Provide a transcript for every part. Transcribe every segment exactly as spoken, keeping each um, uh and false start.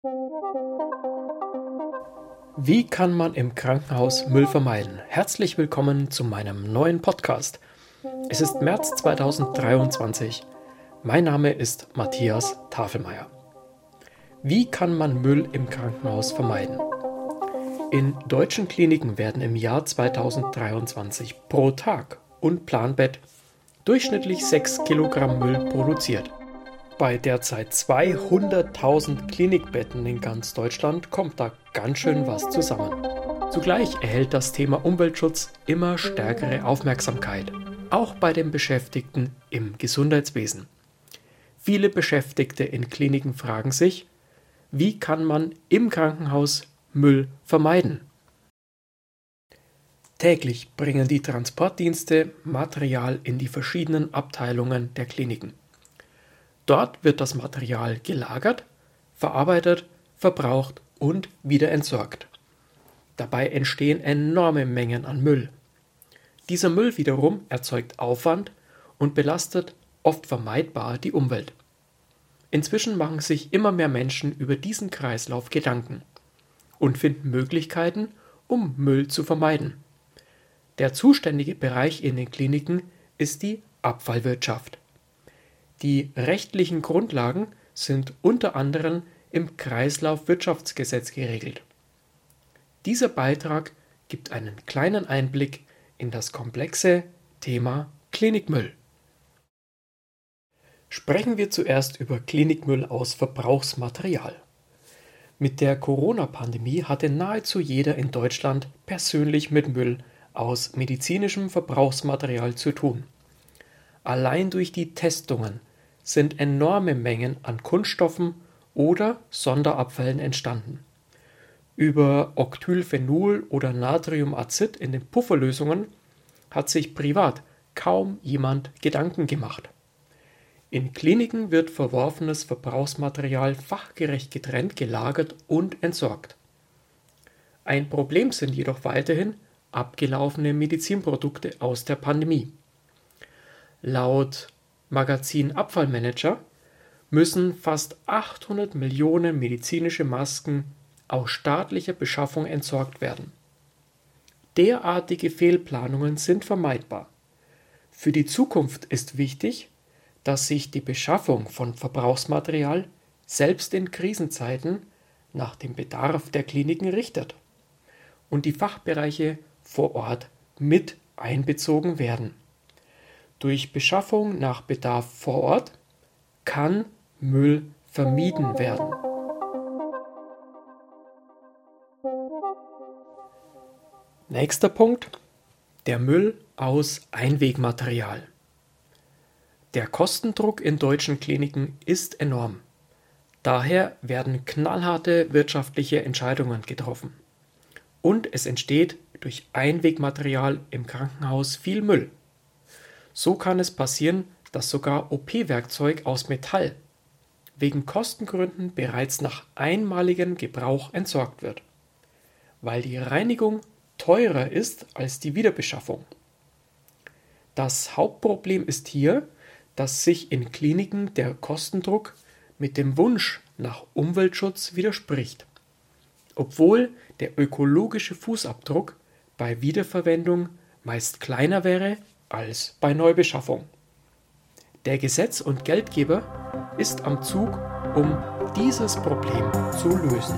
Wie kann man im Krankenhaus Müll vermeiden? Herzlich willkommen zu meinem neuen Podcast. Es ist März zweitausenddreiundzwanzig. Mein Name ist Matthias Tafelmeier. Wie kann man Müll im Krankenhaus vermeiden? In deutschen Kliniken werden im Jahr zweitausenddreiundzwanzig pro Tag und Planbett durchschnittlich sechs Kilogramm Müll produziert. Bei derzeit zweihunderttausend Klinikbetten in ganz Deutschland kommt da ganz schön was zusammen. Zugleich erhält das Thema Umweltschutz immer stärkere Aufmerksamkeit, auch bei den Beschäftigten im Gesundheitswesen. Viele Beschäftigte in Kliniken fragen sich, wie kann man im Krankenhaus Müll vermeiden? Täglich bringen die Transportdienste Material in die verschiedenen Abteilungen der Kliniken. Dort wird das Material gelagert, verarbeitet, verbraucht und wieder entsorgt. Dabei entstehen enorme Mengen an Müll. Dieser Müll wiederum erzeugt Aufwand und belastet oft vermeidbar die Umwelt. Inzwischen machen sich immer mehr Menschen über diesen Kreislauf Gedanken und finden Möglichkeiten, um Müll zu vermeiden. Der zuständige Bereich in den Kliniken ist die Abfallwirtschaft. Die rechtlichen Grundlagen sind unter anderem im Kreislaufwirtschaftsgesetz geregelt. Dieser Beitrag gibt einen kleinen Einblick in das komplexe Thema Klinikmüll. Sprechen wir zuerst über Klinikmüll aus Verbrauchsmaterial. Mit der Corona-Pandemie hatte nahezu jeder in Deutschland persönlich mit Müll aus medizinischem Verbrauchsmaterial zu tun. Allein durch die Testungen sind enorme Mengen an Kunststoffen oder Sonderabfällen entstanden. Über Octylphenol oder Natriumazid in den Pufferlösungen hat sich privat kaum jemand Gedanken gemacht. In Kliniken wird verworfenes Verbrauchsmaterial fachgerecht getrennt, gelagert und entsorgt. Ein Problem sind jedoch weiterhin abgelaufene Medizinprodukte aus der Pandemie. Laut Magazin Abfallmanager müssen fast achthundert Millionen medizinische Masken aus staatlicher Beschaffung entsorgt werden. Derartige Fehlplanungen sind vermeidbar. Für die Zukunft ist wichtig, dass sich die Beschaffung von Verbrauchsmaterial selbst in Krisenzeiten nach dem Bedarf der Kliniken richtet und die Fachbereiche vor Ort mit einbezogen werden. Durch Beschaffung nach Bedarf vor Ort kann Müll vermieden werden. Nächster Punkt: der Müll aus Einwegmaterial. Der Kostendruck in deutschen Kliniken ist enorm. Daher werden knallharte wirtschaftliche Entscheidungen getroffen. Und es entsteht durch Einwegmaterial im Krankenhaus viel Müll. So kann es passieren, dass sogar O P-Werkzeug aus Metall wegen Kostengründen bereits nach einmaligem Gebrauch entsorgt wird, weil die Reinigung teurer ist als die Wiederbeschaffung. Das Hauptproblem ist hier, dass sich in Kliniken der Kostendruck mit dem Wunsch nach Umweltschutz widerspricht, obwohl der ökologische Fußabdruck bei Wiederverwendung meist kleiner wäre als bei Neubeschaffung. Der Gesetz- und Geldgeber ist am Zug, um dieses Problem zu lösen.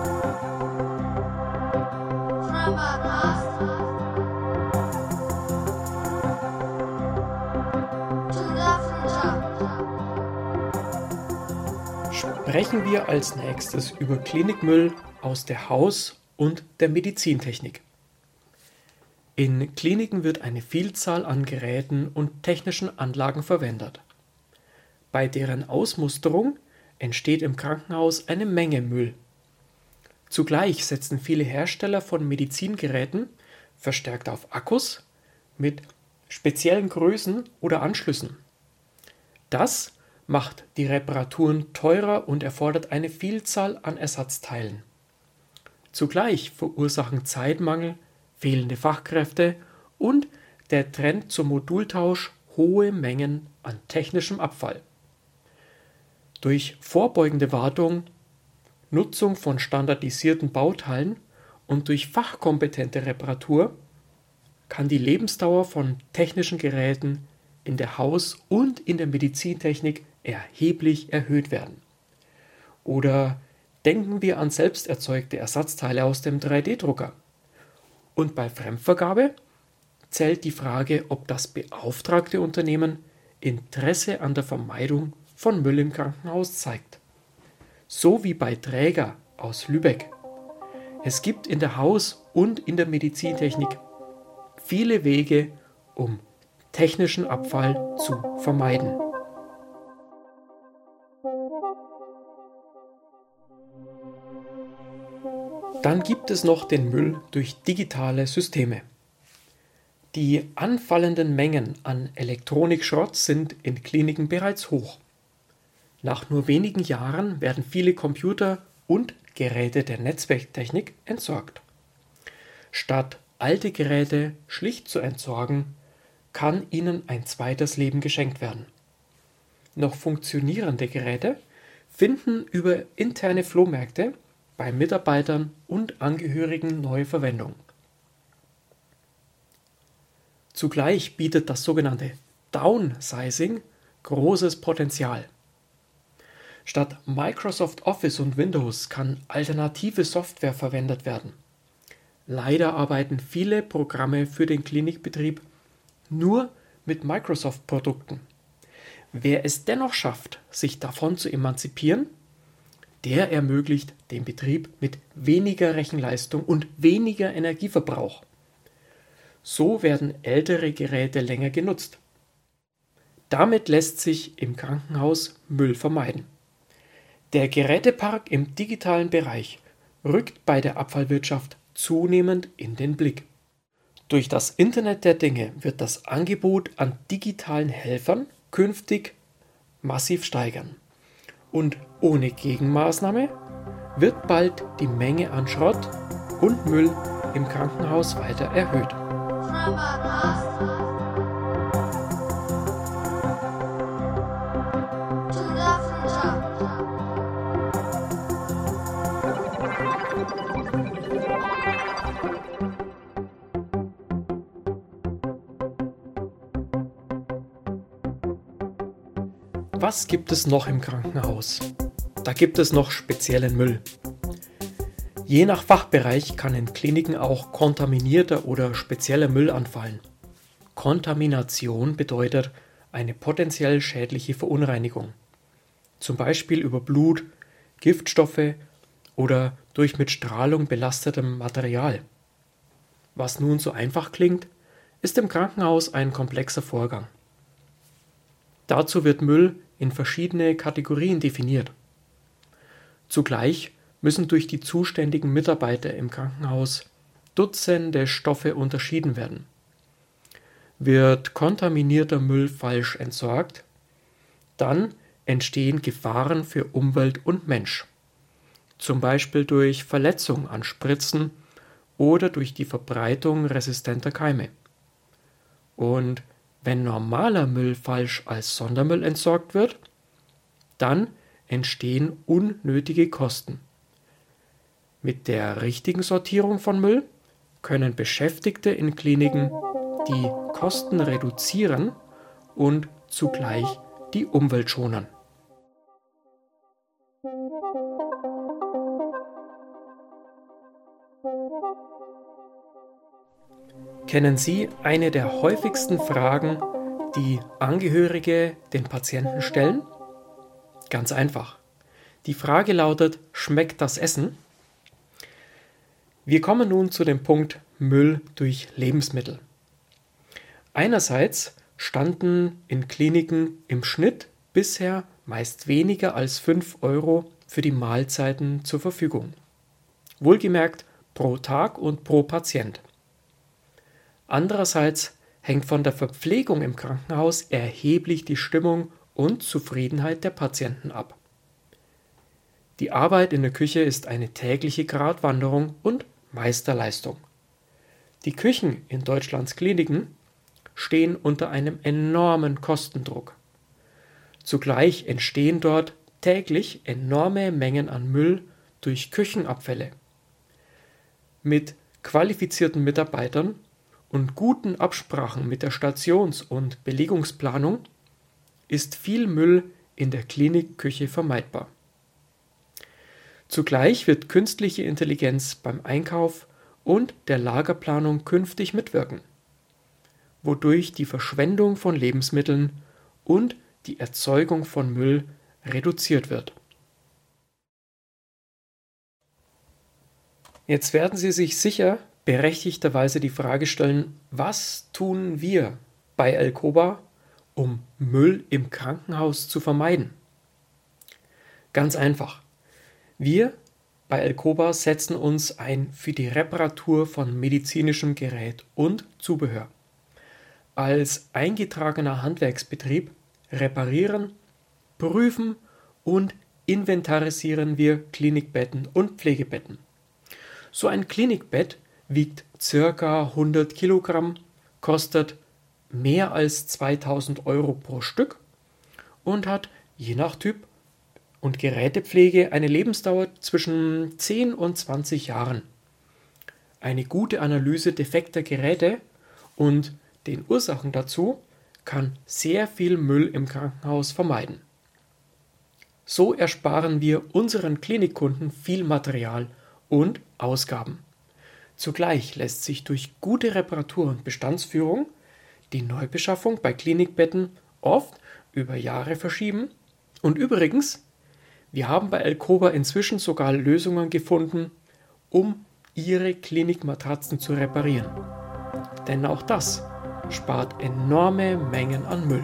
Sprechen wir als nächstes über Klinikmüll aus der Haus- und der Medizintechnik. In Kliniken wird eine Vielzahl an Geräten und technischen Anlagen verwendet. Bei deren Ausmusterung entsteht im Krankenhaus eine Menge Müll. Zugleich setzen viele Hersteller von Medizingeräten verstärkt auf Akkus mit speziellen Größen oder Anschlüssen. Das macht die Reparaturen teurer und erfordert eine Vielzahl an Ersatzteilen. Zugleich verursachen Zeitmangel, fehlende Fachkräfte und der Trend zum Modultausch hohe Mengen an technischem Abfall. Durch vorbeugende Wartung, Nutzung von standardisierten Bauteilen und durch fachkompetente Reparatur kann die Lebensdauer von technischen Geräten in der Haus- und in der Medizintechnik erheblich erhöht werden. Oder denken wir an selbst erzeugte Ersatzteile aus dem drei D Drucker. Und bei Fremdvergabe zählt die Frage, ob das beauftragte Unternehmen Interesse an der Vermeidung von Müll im Krankenhaus zeigt. So wie bei Träger aus Lübeck. Es gibt in der Haus- und in der Medizintechnik viele Wege, um technischen Abfall zu vermeiden. Dann gibt es noch den Müll durch digitale Systeme. Die anfallenden Mengen an Elektronikschrott sind in Kliniken bereits hoch. Nach nur wenigen Jahren werden viele Computer und Geräte der Netzwerktechnik entsorgt. Statt alte Geräte schlicht zu entsorgen, kann ihnen ein zweites Leben geschenkt werden. Noch funktionierende Geräte finden über interne Flohmärkte bei Mitarbeitern und Angehörigen neue Verwendung. Zugleich bietet das sogenannte Downsizing großes Potenzial. Statt Microsoft Office und Windows kann alternative Software verwendet werden. Leider arbeiten viele Programme für den Klinikbetrieb nur mit Microsoft-Produkten. Wer es dennoch schafft, sich davon zu emanzipieren, der ermöglicht den Betrieb mit weniger Rechenleistung und weniger Energieverbrauch. So werden ältere Geräte länger genutzt. Damit lässt sich im Krankenhaus Müll vermeiden. Der Gerätepark im digitalen Bereich rückt bei der Abfallwirtschaft zunehmend in den Blick. Durch das Internet der Dinge wird das Angebot an digitalen Helfern künftig massiv steigern. Und ohne Gegenmaßnahme wird bald die Menge an Schrott und Müll im Krankenhaus weiter erhöht. Was gibt es noch im Krankenhaus? Da gibt es noch speziellen Müll. Je nach Fachbereich kann in Kliniken auch kontaminierter oder spezieller Müll anfallen. Kontamination bedeutet eine potenziell schädliche Verunreinigung, zum Beispiel über Blut, Giftstoffe oder durch mit Strahlung belastetem Material. Was nun so einfach klingt, ist im Krankenhaus ein komplexer Vorgang. Dazu wird Müll in verschiedene Kategorien definiert. Zugleich müssen durch die zuständigen Mitarbeiter im Krankenhaus Dutzende Stoffe unterschieden werden. Wird kontaminierter Müll falsch entsorgt, dann entstehen Gefahren für Umwelt und Mensch, zum Beispiel durch Verletzung an Spritzen oder durch die Verbreitung resistenter Keime. Und wenn normaler Müll falsch als Sondermüll entsorgt wird, dann entstehen unnötige Kosten. Mit der richtigen Sortierung von Müll können Beschäftigte in Kliniken die Kosten reduzieren und zugleich die Umwelt schonen. Kennen Sie eine der häufigsten Fragen, die Angehörige den Patienten stellen? Ganz einfach. Die Frage lautet: Schmeckt das Essen? Wir kommen nun zu dem Punkt Müll durch Lebensmittel. Einerseits standen in Kliniken im Schnitt bisher meist weniger als fünf Euro für die Mahlzeiten zur Verfügung. Wohlgemerkt pro Tag und pro Patient. Andererseits hängt von der Verpflegung im Krankenhaus erheblich die Stimmung und Zufriedenheit der Patienten ab. Die Arbeit in der Küche ist eine tägliche Gratwanderung und Meisterleistung. Die Küchen in Deutschlands Kliniken stehen unter einem enormen Kostendruck. Zugleich entstehen dort täglich enorme Mengen an Müll durch Küchenabfälle. Mit qualifizierten Mitarbeitern und guten Absprachen mit der Stations- und Belegungsplanung ist viel Müll in der Klinikküche vermeidbar. Zugleich wird künstliche Intelligenz beim Einkauf und der Lagerplanung künftig mitwirken, wodurch die Verschwendung von Lebensmitteln und die Erzeugung von Müll reduziert wird. Jetzt werden Sie sich sicher berechtigterweise die Frage stellen, was tun wir bei Alcoba, um Müll im Krankenhaus zu vermeiden? Ganz einfach. Wir bei Alcoba setzen uns ein für die Reparatur von medizinischem Gerät und Zubehör. Als eingetragener Handwerksbetrieb reparieren, prüfen und inventarisieren wir Klinikbetten und Pflegebetten. So ein Klinikbett wiegt ca. hundert Kilogramm, kostet mehr als zweitausend Euro pro Stück und hat je nach Typ und Gerätepflege eine Lebensdauer zwischen zehn und zwanzig Jahren. Eine gute Analyse defekter Geräte und den Ursachen dazu kann sehr viel Müll im Krankenhaus vermeiden. So ersparen wir unseren Klinikkunden viel Material und Ausgaben. Zugleich lässt sich durch gute Reparatur und Bestandsführung die Neubeschaffung bei Klinikbetten oft über Jahre verschieben. Und übrigens, wir haben bei Alcoba inzwischen sogar Lösungen gefunden, um Ihre Klinikmatratzen zu reparieren. Denn auch das spart enorme Mengen an Müll.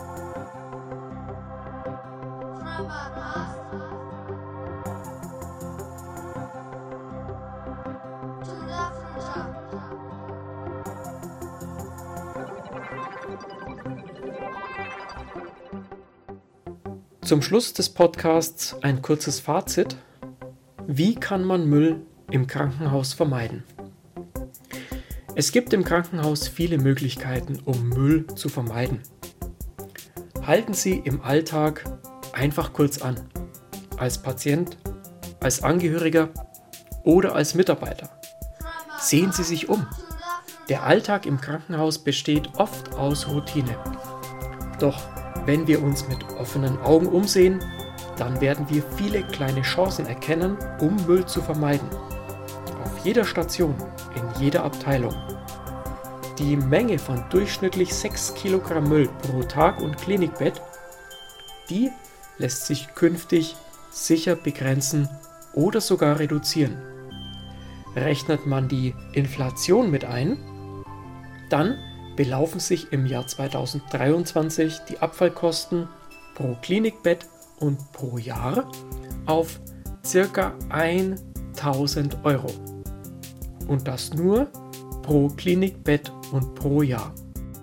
Zum Schluss des Podcasts ein kurzes Fazit. Wie kann man Müll im Krankenhaus vermeiden? Es gibt im Krankenhaus viele Möglichkeiten, um Müll zu vermeiden. Halten Sie im Alltag einfach kurz an. Als Patient, als Angehöriger oder als Mitarbeiter. Sehen Sie sich um. Der Alltag im Krankenhaus besteht oft aus Routine. Doch wenn wir uns mit offenen Augen umsehen, dann werden wir viele kleine Chancen erkennen, um Müll zu vermeiden. Auf jeder Station, in jeder Abteilung. Die Menge von durchschnittlich sechs Kilogramm Müll pro Tag und Klinikbett, die lässt sich künftig sicher begrenzen oder sogar reduzieren. Rechnet man die Inflation mit ein, dann belaufen sich im Jahr zweitausenddreiundzwanzig die Abfallkosten pro Klinikbett und pro Jahr auf ca. tausend Euro. Und das nur pro Klinikbett und pro Jahr.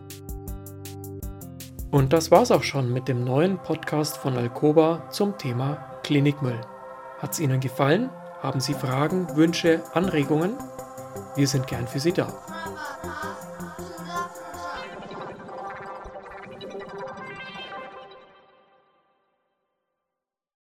Und das war's auch schon mit dem neuen Podcast von Alcoba zum Thema Klinikmüll. Hat's Ihnen gefallen? Haben Sie Fragen, Wünsche, Anregungen? Wir sind gern für Sie da.